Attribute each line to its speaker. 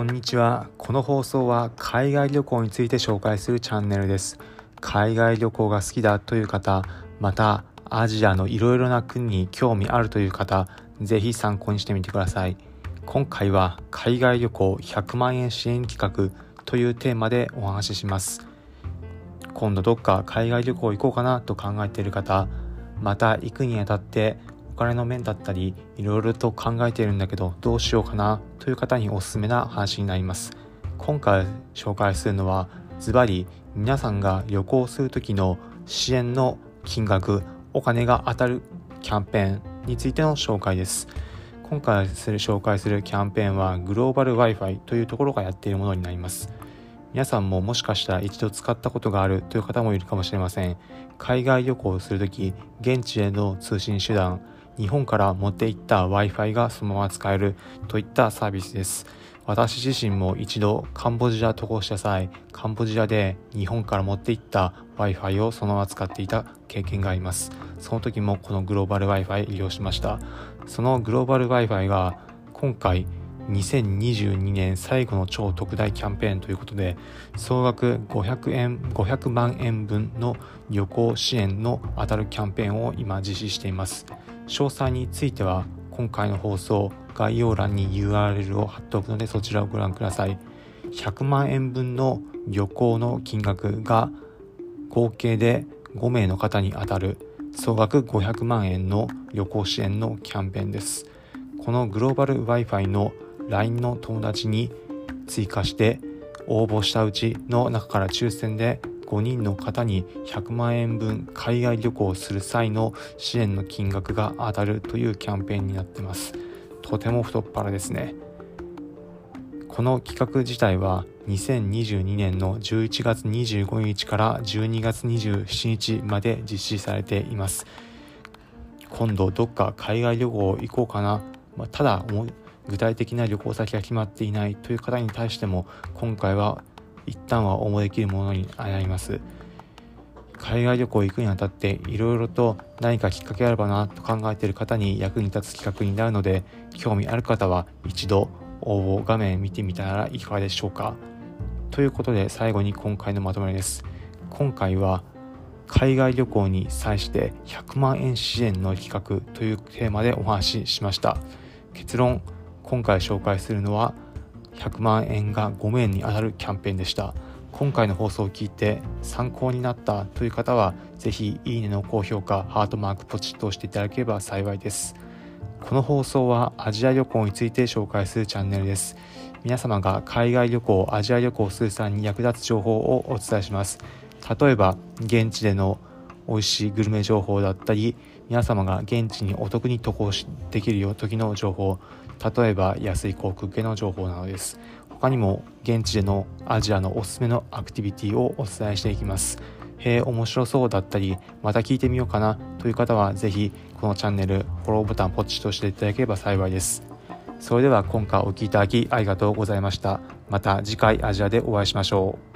Speaker 1: こんにちは。この放送は海外旅行について紹介するチャンネルです。海外旅行が好きだという方、またアジアのいろいろな国に興味あるという方、ぜひ参考にしてみてください。今回は海外旅行100万円支援企画というテーマでお話しします。今度どっか海外旅行行こうかなと考えている方、また行くにあたってお金の面だったりいろいろと考えているんだけどどうしようかなという方におすすめな話になります。今回紹介するのはズバリ皆さんが旅行する時の支援の金額、お金が当たるキャンペーンについての紹介です。今回紹介するキャンペーンはグローバル Wi-Fi というところがやっているものになります。皆さんももしかしたら一度使ったことがあるという方もいるかもしれません。海外旅行をするとき、現地への通信手段、日本から持っていった Wi-Fi がそのまま使えるといったサービスです。私自身も一度カンボジア渡航した際、カンボジアで日本から持っていった Wi-Fi をそのまま使っていた経験があります。その時もこのグローバル Wi-Fi 利用しました。そのグローバル Wi-Fi が今回2022年最後の超特大キャンペーンということで、総額500万円分の旅行支援の当たるキャンペーンを今実施しています。詳細については今回の放送概要欄に URL を貼っておくのでそちらをご覧ください。100万円分の旅行の金額が合計で5名の方に当たる総額500万円の旅行支援のキャンペーンです。このグローバル Wi-Fi の LINE の友達に追加して応募したうちの中から抽選で5人の方に100万円分海外旅行をする際の支援の金額が当たるというキャンペーンになっています。とても太っ腹ですね。この企画自体は2022年の11月25日から12月27日まで実施されています。今度どっか海外旅行行こうかな、ただ具体的な旅行先が決まっていないという方に対しても今回は一旦は応募できるものになります。海外旅行行くにあたっていろいろと何かきっかけあればなと考えている方に役に立つ企画になるので、興味ある方は一度応募画面見てみたらいかがでしょうか。ということで最後に今回のまとめです。今回は海外旅行に際して100万円支援の企画というテーマでお話ししました。結論、今回紹介するのは100万円が5名に当たるキャンペーンでした。今回の放送を聞いて参考になったという方はぜひいいねの高評価、ハートマークポチッと押していただければ幸いです。この放送はアジア旅行について紹介するチャンネルです。皆様が海外旅行、アジア旅行をする際に役立つ情報をお伝えします。例えば現地での美味しいグルメ情報だったり、皆様が現地にお得に渡航できる時の情報、例えば安い航空券の情報などです。他にも現地でのアジアのおすすめのアクティビティをお伝えしていきます。面白そうだったり、また聞いてみようかなという方はぜひこのチャンネルフォローボタンポチッとしていただければ幸いです。それでは今回お聞きいただきありがとうございました。また次回アジアでお会いしましょう。